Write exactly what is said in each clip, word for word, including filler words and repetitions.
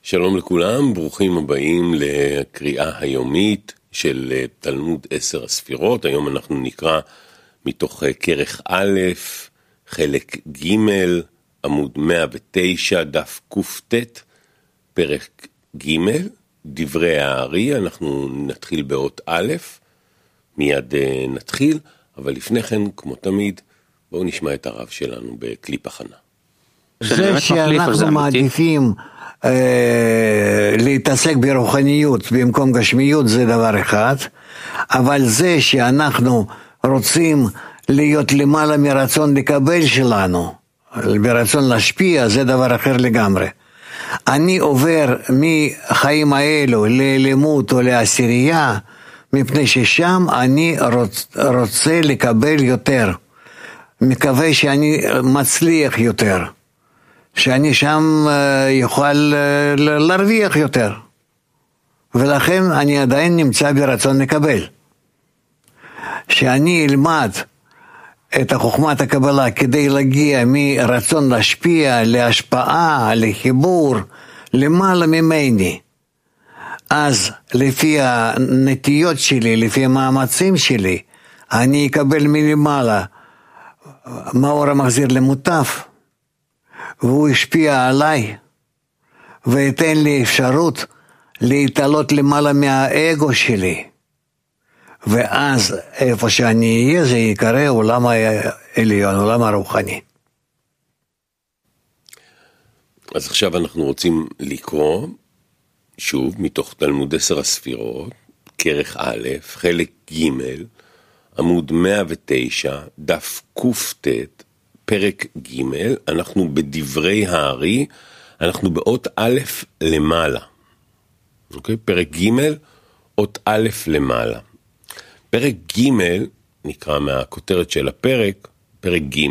שלום לכולם, ברוכים הבאים לקריאה היומית של תלמוד עשר הספירות. היום אנחנו נקרא מתוך כרך א', חלק ג', עמוד מאה ותשע, דף קט', פרק ג', דברי הארי. אנחנו נתחיל באות א', מיד נתחיל, אבל לפני כן, כמו תמיד, בואו נשמע את הרב שלנו בקליפ הכנה. זה שאנחנו מעדיפים להתעסק ברוחניות במקום גשמיות זה דבר אחד, אבל זה שאנחנו רוצים להיות למעלה מרצון לקבל שלנו, ברצון להשפיע, זה דבר אחר לגמרי. אני עובר מחיים האלו ללימוד או לעשירייה, מפני ששם אני רוצ, רוצה לקבל יותר, מקווה שאני מצליח יותר, שאני שם יוכל להרוויח יותר, ולכן אני עדיין נמצא ברצון לקבל. שאני אלמד את חוכמת הקבלה כדי להגיע מרצון להשפיע להשפעה, לחיבור, למעלה ממני, אז לפי הנטיות שלי, לפי המאמצים שלי, אני אקבל מלמעלה מאור המחזיר למוטף, והוא השפיע עליי, ויתן לי אפשרות להתעלות למעלה מהאגו שלי. ואז איפה שאני אהיה, זה יקרא עולם העליון, עולם הרוחני. אז עכשיו אנחנו רוצים לקרוא, שוב, מתוך תלמוד עשר הספירות, כרך א', חלק ג', עמוד מאה ותשע, דף קט', פרק ג', אנחנו בדברי הארי, אנחנו באות א' למעלה. אוקיי? פרק ג', אות א' למעלה. פרק ג', נקרא מהכותרת של הפרק, פרק ג',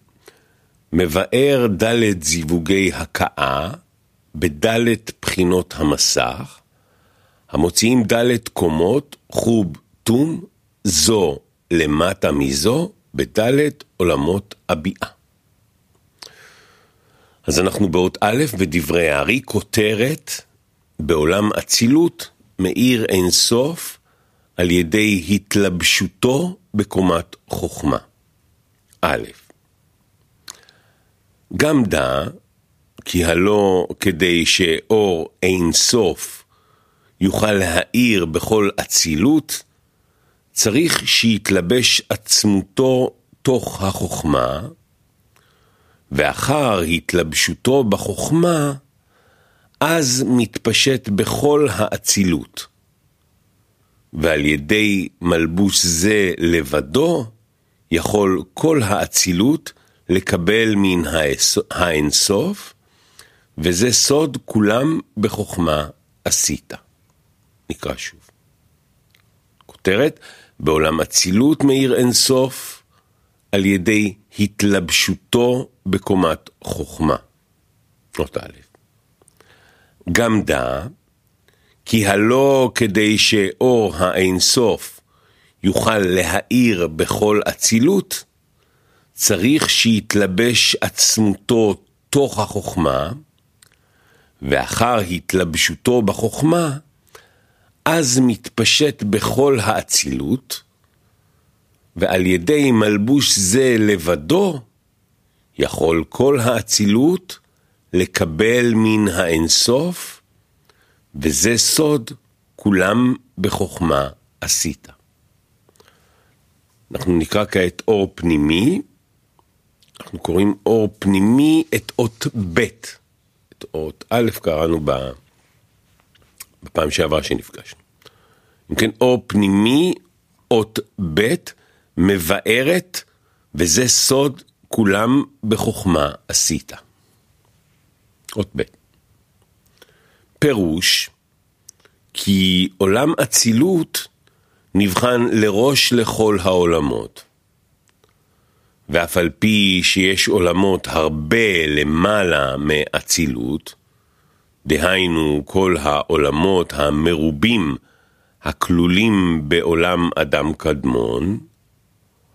מבאר ד' זיווגי הקאה, בד' בחינות המסך, המוציאים ד' קומות, חוב תום, זו למטה מזו, בד' עולמות הביאה. אז אנחנו באות א' בדברי הארי, כותרת בעולם אצילות, מאיר אין סוף, על ידי התלבשותו בקומת חוכמה. א', גם דע, כי הלא כדי שאור אין סוף יוכל להאיר בכל אצילות, צריך שיתלבש עצמותו תוך החוכמה, ואחר התלבשותו בחוכמה, אז מתפשט בכל האצילות. ועל ידי מלבוש זה לבדו, יכול כל האצילות לקבל מן האינסוף, וזה סוד כולם בחוכמה עשית. נקרא שוב. כותרת, בעולם אצילות מאיר אינסוף, על ידי התלבשותו בקומת חוכמה. אות א'. גם דע, כי הלא כדי שאור האינסוף יוכל להאיר בכל אצילות, צריך שיתלבש עצמותו תוך החוכמה, ואחר התלבשותו בחוכמה, אז מתפשט בכל האצילות, ועל ידי מלבוש זה לבדו, יכול כל האצילות לקבל מן האינסוף, וזה סוד כולם בחוכמה עשית. אנחנו נקרא כעת אור פנימי, אנחנו קוראים אור פנימי את אות ב', את אות א' קראנו בפעם שעברה שנפגשנו. אם כן, אור פנימי, אות ב', מבארת, וזה סוד כולם בחוכמה עשית. אות ב'. פירוש, כי עולם אצילות נבחן לראש לכל העולמות. ואף על פי שיש עולמות הרבה למעלה מאצילות, דהיינו כל העולמות המרובים הכלולים בעולם אדם קדמון,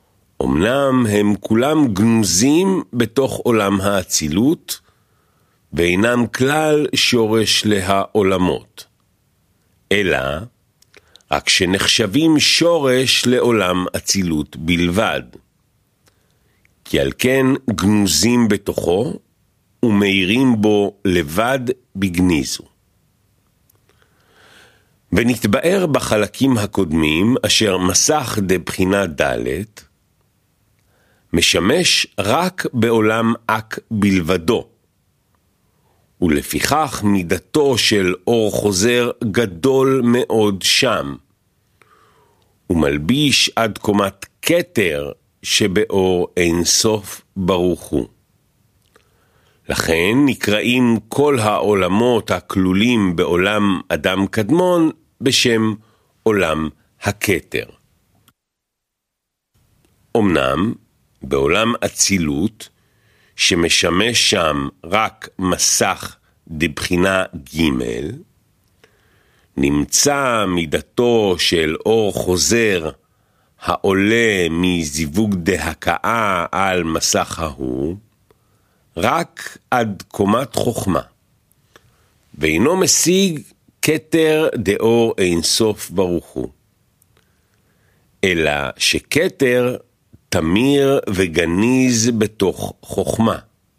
אמנם הם כולם גנוזים בתוך עולם האצילות, ואינם כלל שורש לעולמות, אלא רק שנחשבים שורש לעולם אצילות בלבד, כי על כן גנוזים בתוכו ומאירים בו לבד בגניזו. ונתבאר בחלקים הקודמים אשר מסך דבחינה ד' משמש רק בעולם אק בלבדו, ולפיכך מידתו של אור חוזר גדול מאוד שם, ומלביש עד קומת כתר שבאור אין סוף ברוך הוא. לכן נקראים כל העולמות הכלולים בעולם אדם קדמון בשם עולם הכתר. אמנם בעולם אצילות, שמשמש שם רק מסך דבחינה ג', נמצא מידתו של אור חוזר העולה מזיווג דהקאה על מסך ההוא, רק עד קומת חוכמה, ואינו משיג כתר דאור אין סוף ברוך הוא, אלא שכתר תמיר וגניז בתוך חוכמה,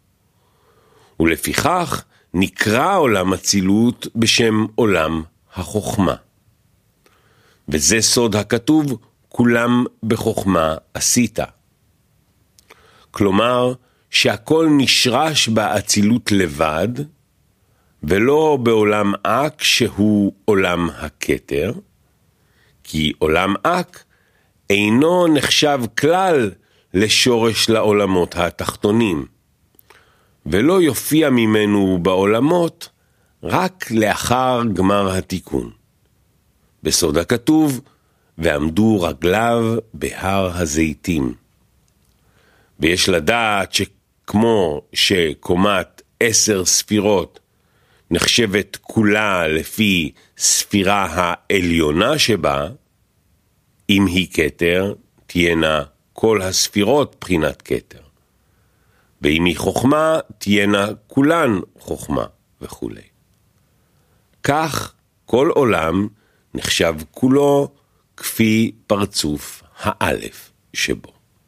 ולפיכך נקרא עולם אצילות בשם עולם החוכמה. וזה סוד הכתוב, כולם בחוכמה עשית. כלומר, שהכל נשרש באצילות לבד, ולא בעולם אק שהוא עולם הכתר, כי עולם אק אינו נחשב כלל לשורש לעולמות התחתונים, ולא יופיע ממנו בעולמות רק לאחר גמר התיקון. בסוד הכתוב, ועמדו רגליו בהר הזיתים. ויש לדעת שכמו שקומת עשר ספירות נחשבת כולה לפי ספירה העליונה שבה, אם היא כתר, תהיינה כל הספירות בחינת כתר. ואם היא חוכמה, תהיינה כולן חוכמה וכו'. כך כל עולם נחשב כולו כפי פרצוף האלף שבו.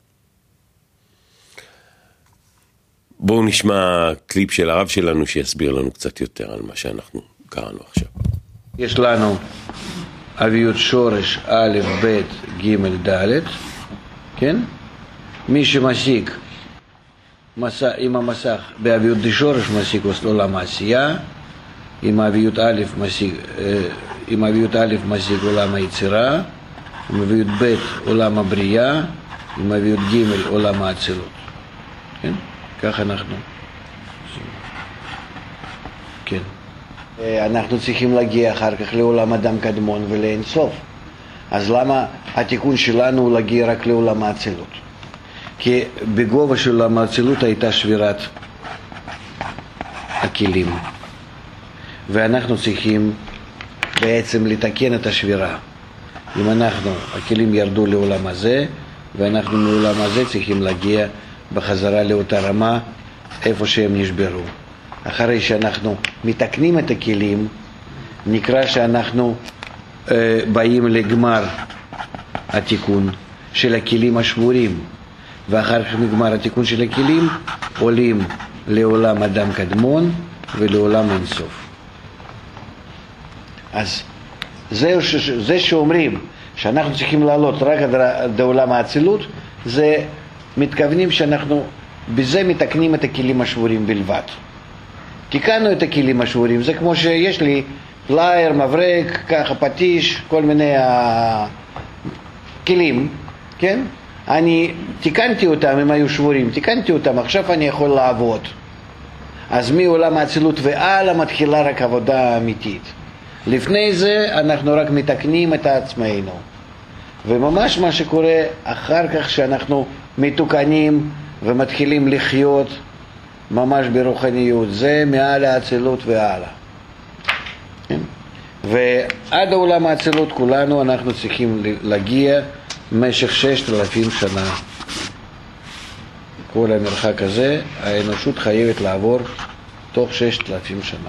בואו נשמע קליפ של הרב שלנו שיסביר לנו קצת יותר על מה שאנחנו קראנו עכשיו. יש לנו אביות שורש א', ב', ג', ד', כן? מי שמשיג מסע, עם המסך באביות דשורש משיג עולם העשייה, עם אביות א' משיג, עם אביות א' משיג עולם היצירה, עם אביות ב' עולם הבריאה, עם אביות ג' עולם האצילות. כן? כך אנחנו. כן. אנחנו צריכים להגיע אחר כך לעולם אדם קדמון ולאין סוף. אז למה התיקון שלנו הוא להגיע רק לעולם האצילות? כי בגובה של עולם האצילות הייתה שבירת הכלים. ואנחנו צריכים בעצם לתקן את השבירה. אם אנחנו, הכלים ירדו לעולם הזה, ואנחנו מעולם הזה צריכים להגיע בחזרה לאותה רמה, איפה שהם נשברו. אחרי שאנחנו מתקנים את הכלים, נקרא שאנחנו אה, באים לגמר התיקון של הכלים השבורים, ואחר כך מגמר התיקון של הכלים, עולים לעולם אדם קדמון ולעולם אינסוף. אז זה, זה שאומרים שאנחנו צריכים לעלות רק עד עולם האצילות, זה מתכוונים שאנחנו בזה מתקנים את הכלים השבורים בלבד. תיקנו את הכלים השבורים, זה כמו שיש לי פלייר, מברק, ככה פטיש, כל מיני כלים, כן? אני תיקנתי אותם, הם היו שבורים, תיקנתי אותם, עכשיו אני יכול לעבוד. אז מעולם האצילות והלאה מתחילה רק עבודה אמיתית. לפני זה אנחנו רק מתקנים את עצמנו. וממש מה שקורה אחר כך שאנחנו מתוקנים ומתחילים לחיות ממש ברוחניות, זה מעל האצילות והלאה. כן? ועד העולם האצילות כולנו אנחנו צריכים להגיע במשך ששת אלפים שנה. כל המרחק הזה האנושות חייבת לעבור תוך ששת אלפים שנה.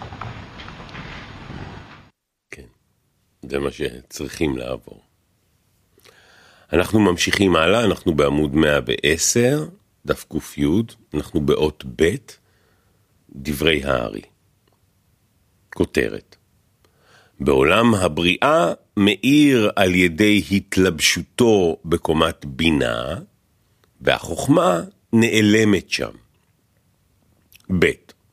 כן, זה מה שצריכים לעבור. אנחנו ממשיכים הלאה, אנחנו בעמוד מאה ועשר, דף קוף יוד, אנחנו באות ב', דברי הארי. כותרת. בעולם הבריאה מאיר על ידי התלבשותו בקומת בינה, והחוכמה נעלמת שם. ב'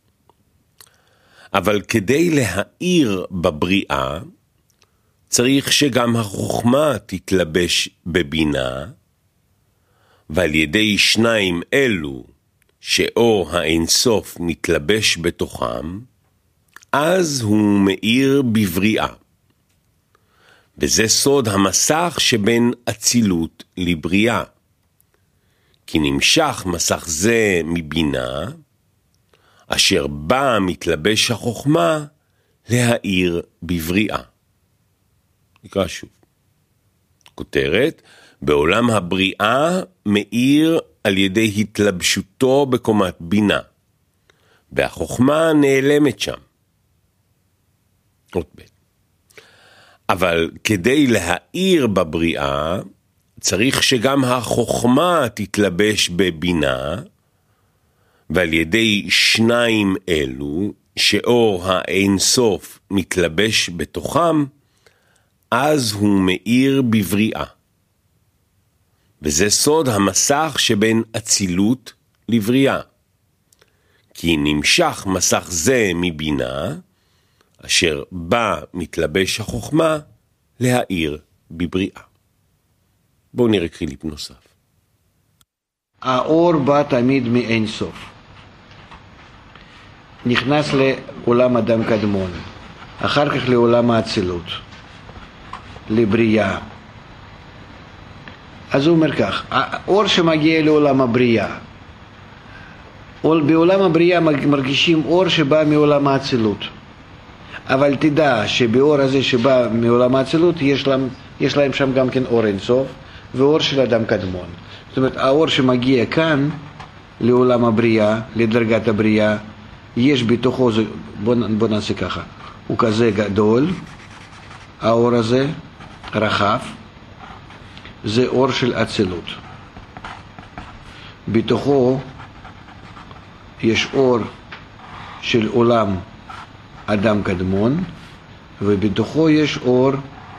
אבל כדי להאיר בבריאה, צריך שגם החוכמה תתלבש בבינה, ועל ידי שניים אלו, שאור האינסוף מתלבש בתוכם, אז הוא מאיר בבריאה. וזה סוד המסך שבין אצילות לבריאה. כי נמשך מסך זה מבינה, אשר בה מתלבש החוכמה להאיר בבריאה. נקרא שוב. כותרת, בעולם הבריאה מאיר על ידי התלבשותו בקומת בינה, והחוכמה נעלמת שם. עוד ב' אבל כדי להאיר בבריאה, צריך שגם החוכמה תתלבש בבינה, ועל ידי שניים אלו, שאור האינסוף מתלבש בתוכם, אז הוא מאיר בבריאה. וזה סוד המסך שבין אצילות לבריאה. כי נמשך מסך זה מבינה, אשר בה מתלבש החוכמה להאיר בבריאה. בואו נראה קליפ נוסף. האור בא תמיד מאין סוף. נכנס לעולם אדם קדמון, אחר כך לעולם האצילות, לבריאה. אז הוא אומר כך, האור שמגיע לעולם הבריאה, בעולם הבריאה מרגישים אור שבא מעולם האצילות. אבל תדע שבאור הזה שבא מעולם האצילות יש להם, יש להם שם גם כן אור אינסוף ואור של אדם קדמון. זאת אומרת, האור שמגיע כאן לעולם הבריאה, לדרגת הבריאה, יש בתוכו, בוא, בוא נעשה ככה, הוא כזה גדול, האור הזה רחב, זה אור של אצילות. בתוכו יש אור של עולם אדם קדמון, ובתוכו יש אור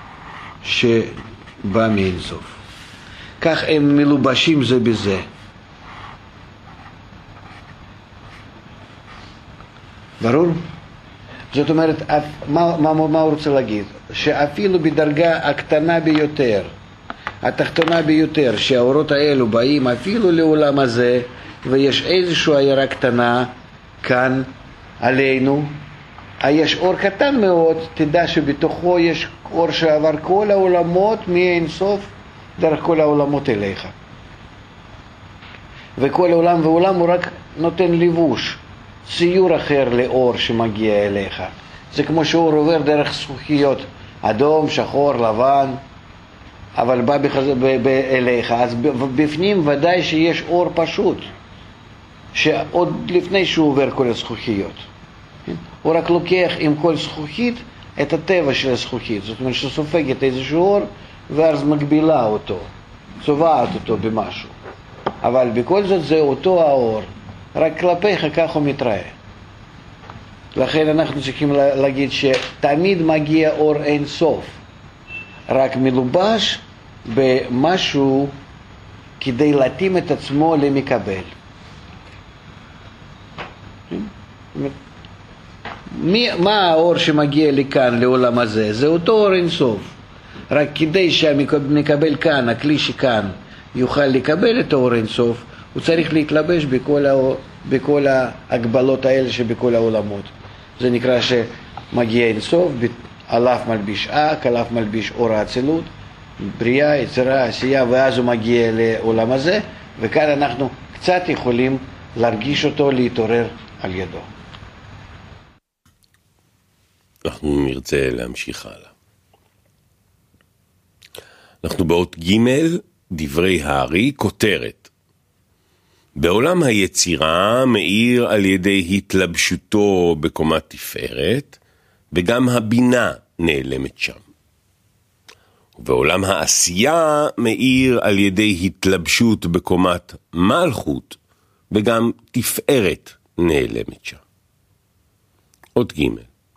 שבא מאינסוף. כך הם מלובשים זה בזה. ברור? זאת אומרת, מה, מה, מה הוא רוצה להגיד? שאפילו בדרגה הקטנה ביותר, התחתונה ביותר, שהאורות האלו באים אפילו לעולם הזה, ויש איזושהי עיירה קטנה כאן עלינו, יש אור קטן מאוד, תדע שבתוכו יש אור שעבר כל העולמות מאינסוף דרך כל העולמות אליך. וכל עולם ועולם הוא רק נותן לבוש, ציור אחר לאור שמגיע אליך. זה כמו שאור עובר דרך זכוכיות, אדום, שחור, לבן, אבל בא בחז... ב... ב... אליך. אז בפנים ודאי שיש אור פשוט, שעוד לפני שהוא עובר כל הזכוכיות. הוא רק לוקח עם כל זכוכית את הטבע של הזכוכית, זאת אומרת שסופגת איזשהו אור ואז מגבילה אותו, צובעת אותו במשהו. אבל בכל זאת זה אותו האור, רק כלפיך כך הוא מתראה. לכן אנחנו צריכים להגיד שתמיד מגיע אור אין סוף, רק מלובש במשהו כדי להתאים את עצמו למקבל. מי, מה האור שמגיע לכאן, לעולם הזה? זה אותו אור אינסוף. רק כדי שהמקבל כאן, הכלי שכאן, יוכל לקבל את האור אינסוף, הוא צריך להתלבש בכל, האור, בכל ההגבלות האלה שבכל העולמות. זה נקרא שמגיע אינסוף, עליו מלביש אק, עליו מלביש אור האצילות, בריאה, יצירה, עשייה, ואז הוא מגיע לעולם הזה, וכאן אנחנו קצת יכולים להרגיש אותו, להתעורר על ידו. אנחנו נרצה להמשיך הלאה. אנחנו באות ג' דברי הארי, כותרת. בעולם היצירה מאיר על ידי התלבשותו בקומת תפארת, וגם הבינה נעלמת שם. ובעולם העשייה מאיר על ידי התלבשות בקומת מלכות, וגם תפארת נעלמת שם. עוד ג'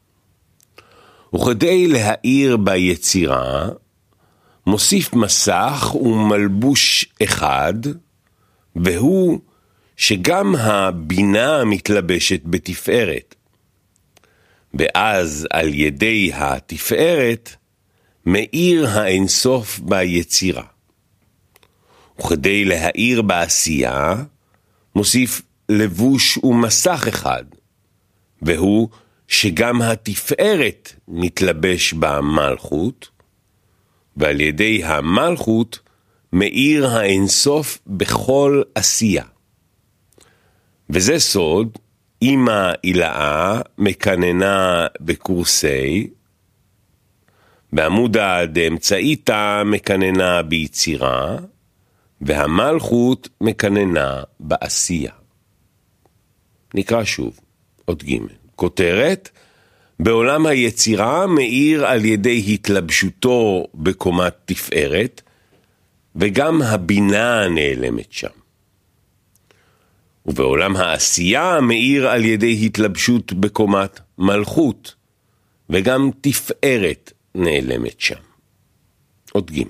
וכדי להאיר ביצירה, מוסיף מסך ומלבוש אחד, והוא שגם הבינה מתלבשת בתפארת. ואז על ידי התפארת, מאיר האינסוף ביצירה. וכדי להאיר בעשייה, מוסיף לבוש ומסך אחד, והוא שגם התפארת מתלבש במלכות, ועל ידי המלכות מאיר האינסוף בכל עשייה. וזה סוד, אמא אילאה מקננה בקורסי, בעמודה דאמצעיתא מקננה ביצירה, והמלכות מקננה בעשייה. נקרא שוב, עוד ג' כותרת, בעולם היצירה מאיר על ידי התלבשותו בקומת תפארת, וגם הבינה נעלמת שם. ובעולם העשייה מאיר על ידי התלבשות בקומת מלכות, וגם תפארת נעלמת שם. עוד ג'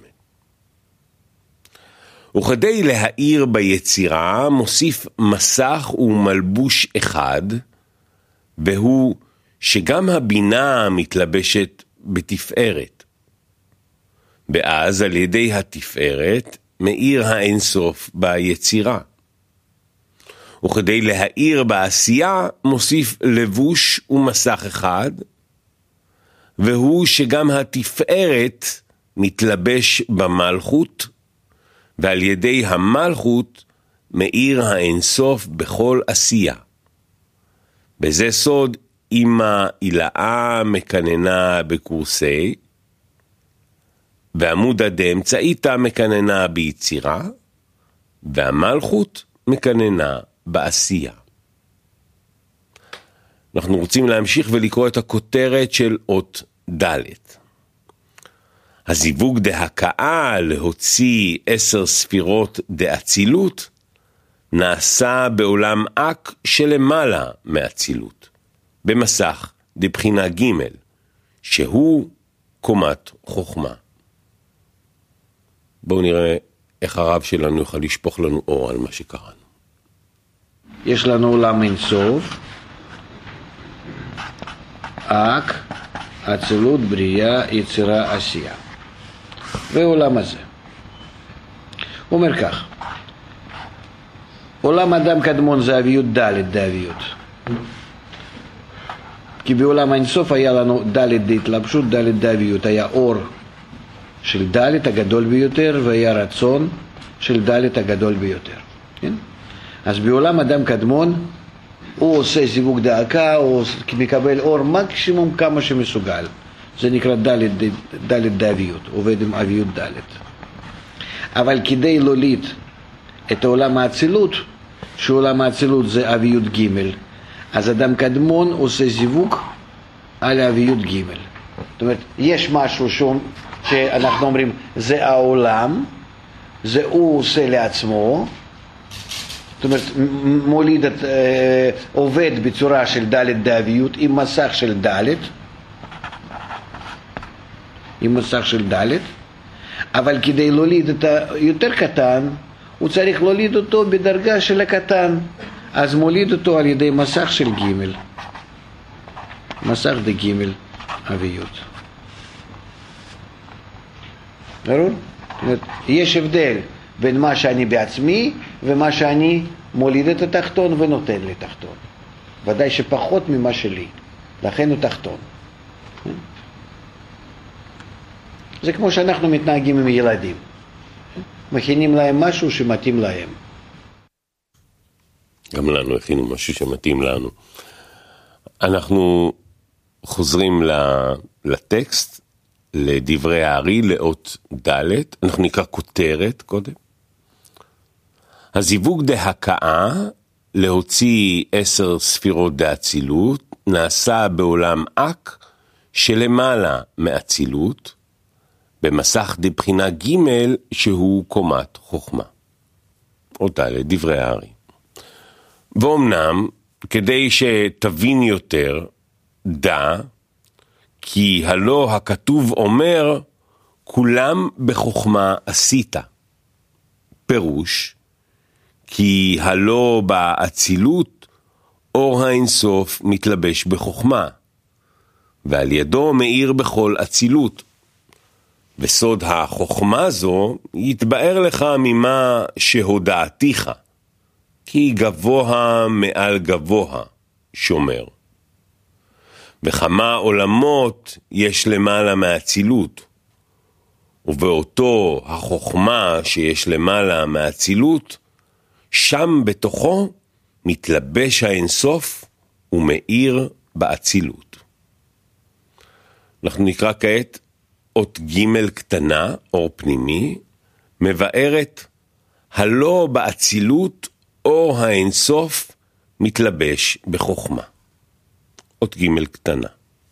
וכדי להאיר ביצירה מוסיף מסך ומלבוש אחד, והוא שגם הבינה מתלבשת בתפארת. ואז על ידי התפארת מאיר האינסוף ביצירה. וכדי להאיר בעשייה מוסיף לבוש ומסך אחד, והוא שגם התפארת מתלבש במלכות, ועל ידי המלכות מאיר האינסוף בכל עשייה. בזה סוד אמא אילאה מקננה בקורסי, ועמודה דאמצעיתא מקננה ביצירה, והמלכות מקננה בעשייה. אנחנו רוצים להמשיך ולקרוא את הכותרת של אות ד'. הזיווג דהקאה להוציא עשר ספירות דאצילות, נעשה בעולם אק שלמעלה מאצילות, במסך דבחינה ג' שהוא קומת חוכמה. בואו נראה איך הרב שלנו יוכל לשפוך לנו אור על מה שקראנו. יש לנו עולם אינסוף, אק, אצילות, בריאה, יצירה, עשייה. ועולם הזה. הוא אומר כך, עולם אדם קדמון זה אביות ד' דאביות. כי בעולם האינסוף היה לנו ד' דהתלבשות, ד' דאביות. היה אור של ד' הגדול ביותר, והיה רצון של ד' הגדול ביותר. כן? אז בעולם אדם קדמון, הוא עושה זיווג דהקה, הוא מקבל אור מקסימום כמה שמסוגל. זה נקרא ד' דאביות, עובד עם אביות ד'. אבל כדי להוליד את העולם האצילות, שעולם האצילות זה אביות ג', אז אדם קדמון עושה זיווג על אביות ג'. זאת אומרת, יש משהו שהוא, שאנחנו אומרים, זה העולם, זה הוא עושה לעצמו, זאת אומרת, מוליד, את, אה, עובד בצורה של ד' דאביות עם מסך של ד', עם מסך של ד', אבל כדי להוליד את היותר קטן, הוא צריך להוליד אותו בדרגה של הקטן, אז מוליד אותו על ידי מסך של ג', מסך דג' אביות. ברור? יש הבדל בין מה שאני בעצמי ומה שאני מוליד את התחתון ונותן לתחתון. ודאי שפחות ממה שלי, לכן הוא תחתון. זה כמו שאנחנו מתנהגים עם ילדים. מכינים להם משהו שמתאים להם. גם לנו הכינו משהו שמתאים לנו. אנחנו חוזרים לטקסט, לדברי הארי, לאות ד'. אנחנו נקרא כותרת קודם. הזיווג דהקאה, להוציא עשר ספירות דאצילות, נעשה בעולם אק שלמעלה מאצילות, במסך דבחינה ג' שהוא קומת חוכמה. אותה לדברי הארי. ואומנם, כדי שתבין יותר, דע, כי הלא הכתוב אומר, כולם בחוכמה עשית. פירוש, כי הלא באצילות, אור האינסוף מתלבש בחוכמה, ועל ידו מאיר בכל אצילות. וסוד החוכמה זו יתבאר לך ממה שהודעתיך, כי גבוה מעל גבוה שומר. וכמה עולמות יש למעלה מהאצילות, ובאותו החוכמה שיש למעלה מהאצילות, שם בתוכו מתלבש האינסוף ומאיר באצילות. אנחנו נקרא כעת אות ג' קטנה, אור פנימי, מבארת הלא באצילות אור האינסוף מתלבש בחוכמה. אות ג' קטנה.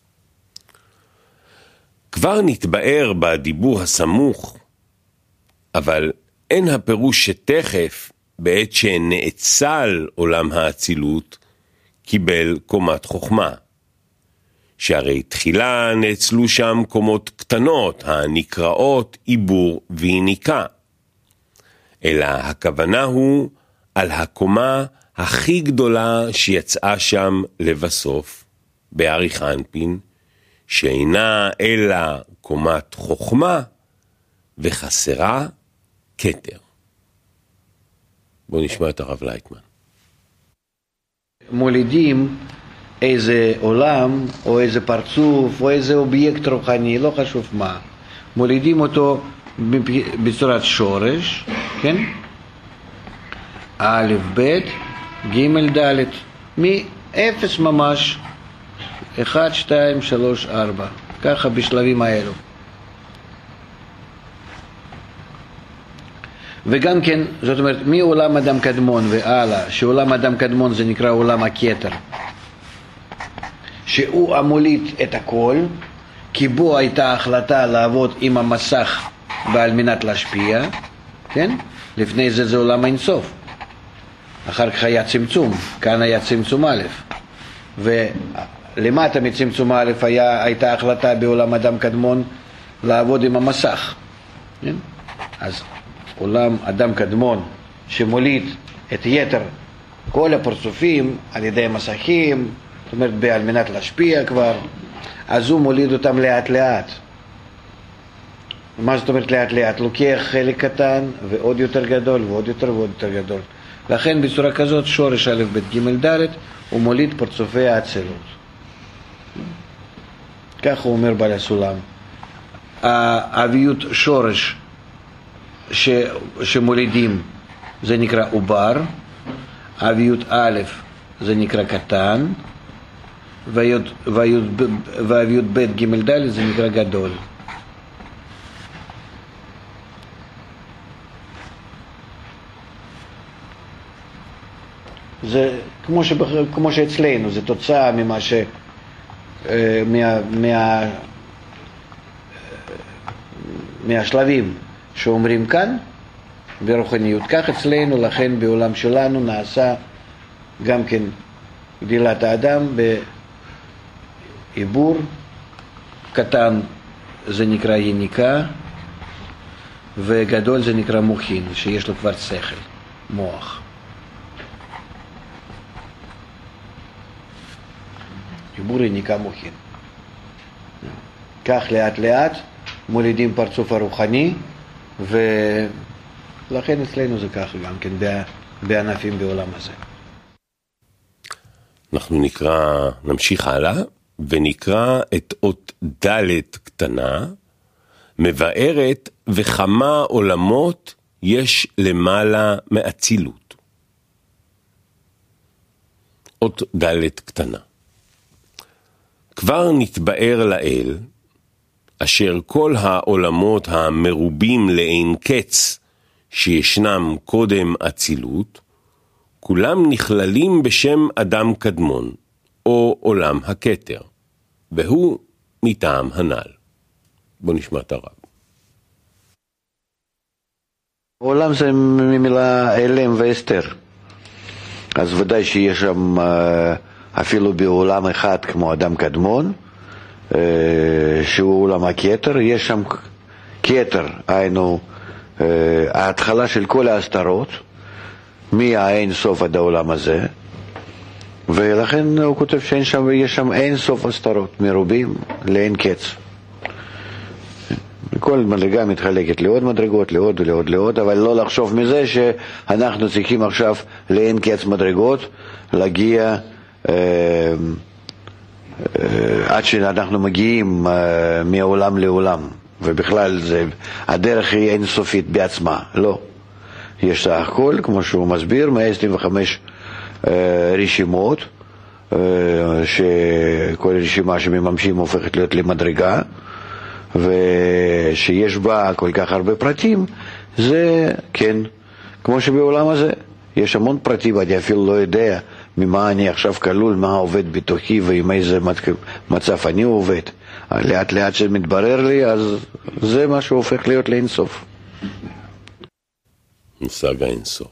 כבר נתבאר בדיבור הסמוך, אבל אין הפירוש שתכף בעת שנאצל עולם האצילות קיבל קומת חוכמה. שהרי תחילה נאצלו שם קומות קטנות הנקראות עיבור ויניקה. אלא הכוונה הוא על הקומה הכי גדולה שיצאה שם לבסוף, באריך אנפין, שאינה אלא קומת חוכמה וחסרה כתר. בואו נשמע את הרב לייטמן. מולידים איזה עולם או איזה פרצוף או איזה אובייקט רוחני, לא חשוב מה, מולידים אותו בצורת שורש, כן? א' ב' ג' ד' מאפס ממש, אחד, שתיים, שלוש, ארבע, ככה בשלבים האלו. וגם כן, זאת אומרת, מעולם אדם קדמון והלאה, שעולם אדם קדמון זה נקרא עולם הכתר, שהוא המוליד את הכל, כי בו הייתה החלטה לעבוד עם המסך ועל מנת להשפיע, כן? לפני זה זה עולם האינסוף. אחר כך היה צמצום, כאן היה צמצום א', ולמטה מצמצום א' היה, הייתה החלטה בעולם אדם קדמון לעבוד עם המסך, כן? אז עולם אדם קדמון שמוליד את יתר כל הפרצופים על ידי מסכים, זאת אומרת על מנת להשפיע כבר, אז הוא מוליד אותם לאט לאט. מה זאת אומרת לאט לאט? לוקח חלק קטן ועוד יותר גדול ועוד יותר ועוד יותר גדול. לכן בצורה כזאת שורש א' ב' ג' ד' הוא מוליד פרצופי האצילות. כך הוא אומר בעל הסולם. האביות שורש ש, שמולידים זה נקרא עובר, אביות א' זה נקרא קטן, ואביות ב' ג' ד' זה נקרא גדול. זה כמו, שבח... כמו שאצלנו, זה תוצאה ממה ש... מה... מה... מהשלבים שאומרים כאן ברוחניות. כך אצלנו, לכן בעולם שלנו נעשה גם כן גדילת האדם בעיבור, קטן זה נקרא יניקה, וגדול זה נקרא מוחין, שיש לו כבר שכל, מוח. עיבור יניקה מוחין. כך לאט לאט מולידים פרצוף הרוחני, ולכן אצלנו זה ככה גם כן בענפים בעולם הזה. אנחנו נקרא, נמשיך הלאה, ונקרא את אות ד' קטנה, מבארת וכמה עולמות יש למעלה מאצילות. אות ד' קטנה. כבר נתבאר לאל, אשר כל העולמות המרובים לאין קץ שישנם קודם אצילות, כולם נכללים בשם אדם קדמון, או עולם הכתר, והוא מטעם הנ"ל. בוא נשמע את הרב. עולם זה ממילה אלם ואסתר. אז ודאי שיש שם אפילו בעולם אחד כמו אדם קדמון, שהוא עולם הכתר, יש שם כתר, היינו ההתחלה של כל ההסתרות, מהאין סוף עד העולם הזה, ולכן הוא כותב שיש שם, שם אין סוף הסתרות, מרובים לאין קץ. כל מדרגה מתחלקת לעוד מדרגות, לעוד ולעוד לעוד, אבל לא לחשוב מזה שאנחנו צריכים עכשיו לאין קץ מדרגות להגיע אה, אה, עד שאנחנו מגיעים אה, מעולם לעולם, ובכלל זה, הדרך היא אינסופית בעצמה, לא. יש סך הכל, כמו שהוא מסביר, מאה עשרים וחמש אה, רשימות, אה, שכל רשימה שמממשים הופכת להיות למדרגה, ושיש בה כל כך הרבה פרטים, זה כן, כמו שבעולם הזה יש המון פרטים, אני אפילו לא יודע ממה אני עכשיו כלול, מה עובד בתוכי ועם איזה מצב אני עובד. לאט לאט שמתברר לי, אז זה מה שהופך להיות לאינסוף. מושג האינסוף.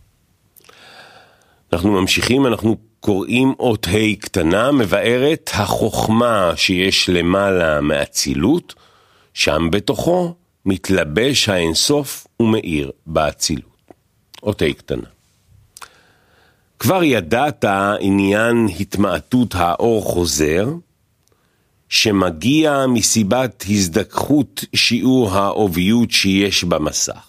אנחנו ממשיכים, אנחנו קוראים אות ה' קטנה, מבארת החוכמה שיש למעלה מאצילות, שם בתוכו מתלבש האינסוף ומאיר באצילות. אות ה' קטנה. כבר ידעת עניין התמעטות האור חוזר, שמגיע מסיבת הזדככות שיעור העוביות שיש במסך.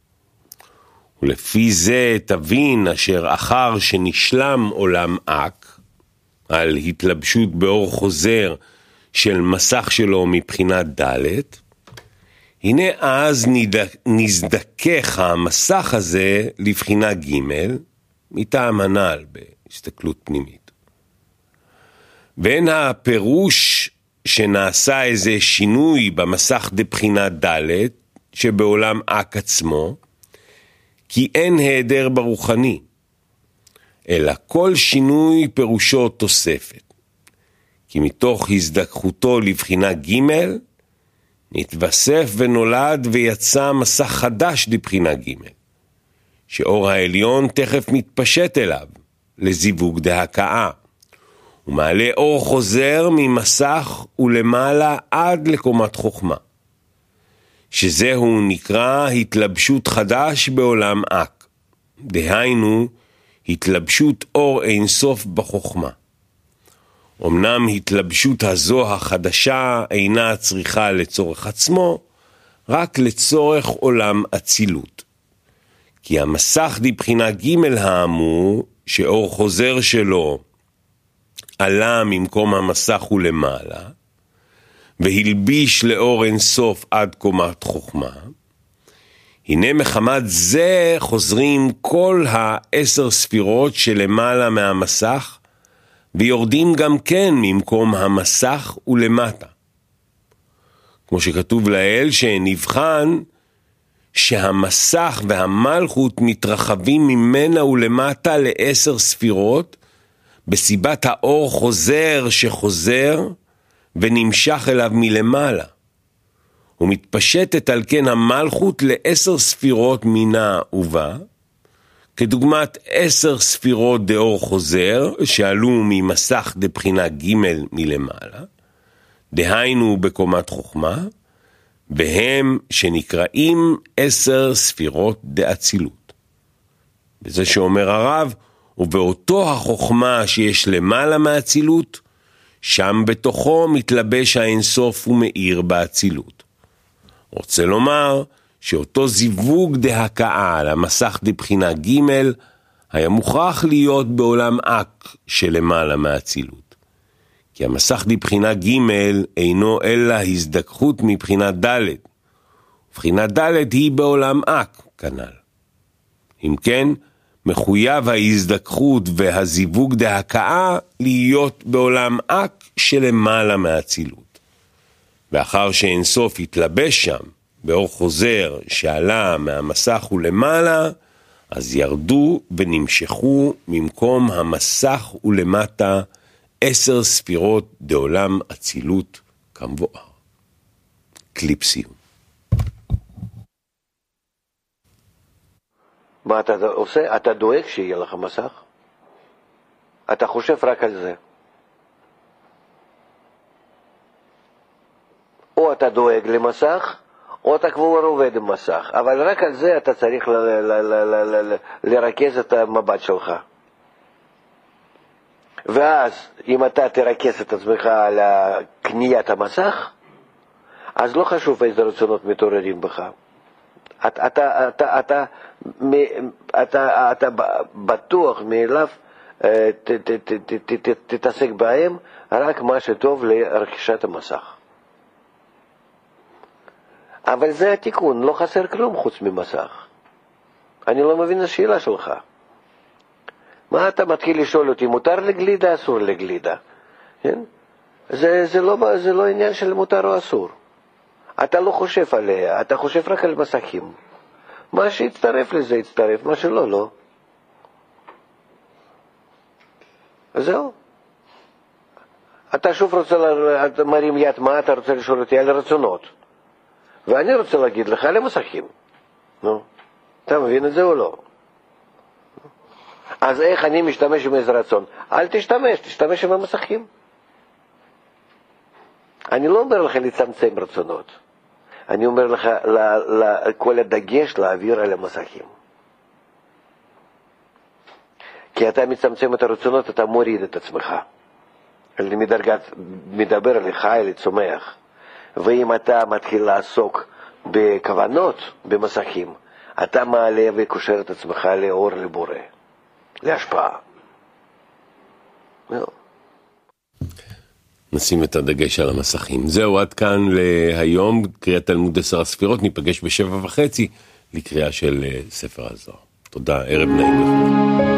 ולפי זה תבין אשר אחר שנשלם עולם אק, על התלבשות באור חוזר של מסך שלו מבחינת ד', הנה אז נזדכך המסך הזה לבחינה ג' מטעם הנ"ל בהסתכלות פנימית. ואין הפירוש שנעשה איזה שינוי במסך דבחינת ד' שבעולם אק עצמו, כי אין היעדר ברוחני, אלא כל שינוי פירושו תוספת. כי מתוך הזדככותו לבחינה ג' נתווסף ונולד ויצא מסך חדש לבחינה ג', שאור העליון תכף מתפשט אליו, לזיווג דהקאה, ומעלה אור חוזר ממסך ולמעלה עד לקומת חוכמה, שזהו נקרא התלבשות חדש בעולם אק, דהיינו התלבשות אור אינסוף בחוכמה. אמנם התלבשות הזו החדשה אינה צריכה לצורך עצמו, רק לצורך עולם אצילות. כי המסך דבחינה ג' האמור, שאור חוזר שלו עלה ממקום המסך ולמעלה, והלביש לאור אינסוף עד קומת חוכמה, הנה מחמת זה חוזרים כל העשר ספירות שלמעלה מהמסך, ויורדים גם כן ממקום המסך ולמטה. כמו שכתוב לאל שנבחן שהמסך והמלכות מתרחבים ממנה ולמטה לעשר ספירות, בסיבת האור חוזר שחוזר ונמשך אליו מלמעלה. ומתפשטת על כן המלכות לעשר ספירות מינה ובה, כדוגמת עשר ספירות דאור חוזר שעלו ממסך דבחינה ג' מלמעלה, דהיינו בקומת חוכמה, והם שנקראים עשר ספירות דאצילות. וזה שאומר הרב, ובאותו החוכמה שיש למעלה מהאצילות, שם בתוכו מתלבש האינסוף ומאיר באצילות. רוצה לומר שאותו זיווג דהקאה על המסך דבחינה ג' היה מוכרח להיות בעולם אק שלמעלה מהאצילות. כי המסך דבחינה ג' אינו אלא הזדככות מבחינת ד', ובחינת ד' היא בעולם אק כנ"ל. אם כן, מחויב ההזדככות והזיווג דהקאה להיות בעולם אק שלמעלה מהאצילות. ואחר שאינסוף יתלבש שם באור חוזר שעלה מהמסך ולמעלה, אז ירדו ונמשכו ממקום המסך ולמטה עשר ספירות דעולם אצילות כמבואר. קליפסיום. מה אתה עושה? אתה דואג שיהיה לך מסך? אתה חושב רק על זה. או אתה דואג למסך, או אתה כבר עובד עם מסך. אבל רק על זה אתה צריך ל- ל- ל- ל- ל- לרכז את המבט שלך. ואז, אם אתה תרכז את עצמך על קניית המסך, אז לא חשוב איזה רצונות מתעוררים בך. אתה, אתה, אתה, אתה, אתה, אתה בטוח מאליו, תתעסק בהם רק מה שטוב לרכישת המסך. אבל זה התיקון, לא חסר כלום חוץ ממסך. אני לא מבין השאלה שלך. מה אתה מתחיל לשאול אותי, מותר לגלידה, אסור לגלידה? כן? זה, זה, לא, זה לא עניין של מותר או אסור. אתה לא חושב עליה, אתה חושב רק על מסכים. מה שיצטרף לזה יצטרף, מה שלא, לא. אז זהו. אתה שוב רוצה, אתה מרים יד, מה אתה רוצה לשאול אותי על רצונות? ואני רוצה להגיד לך על המסכים. נו, אתה מבין את זה או לא? אז איך אני משתמש עם איזה רצון? אל תשתמש, תשתמש עם המסכים. אני לא אומר לך לצמצם רצונות. אני אומר לך, כל הדגש להעביר על המסכים. כי אתה מצמצם את הרצונות, אתה מוריד את עצמך. אני מדרגת, מדבר על חי, לצומח. ואם אתה מתחיל לעסוק בכוונות, במסכים, אתה מעלה וקושר את עצמך לאור לבורא, להשפעה. נשים את הדגש על המסכים. זהו, עד כאן להיום, קריאת תלמוד עשר הספירות, ניפגש בשבע וחצי לקריאה של ספר הזוהר. תודה, ערב נעים לכם.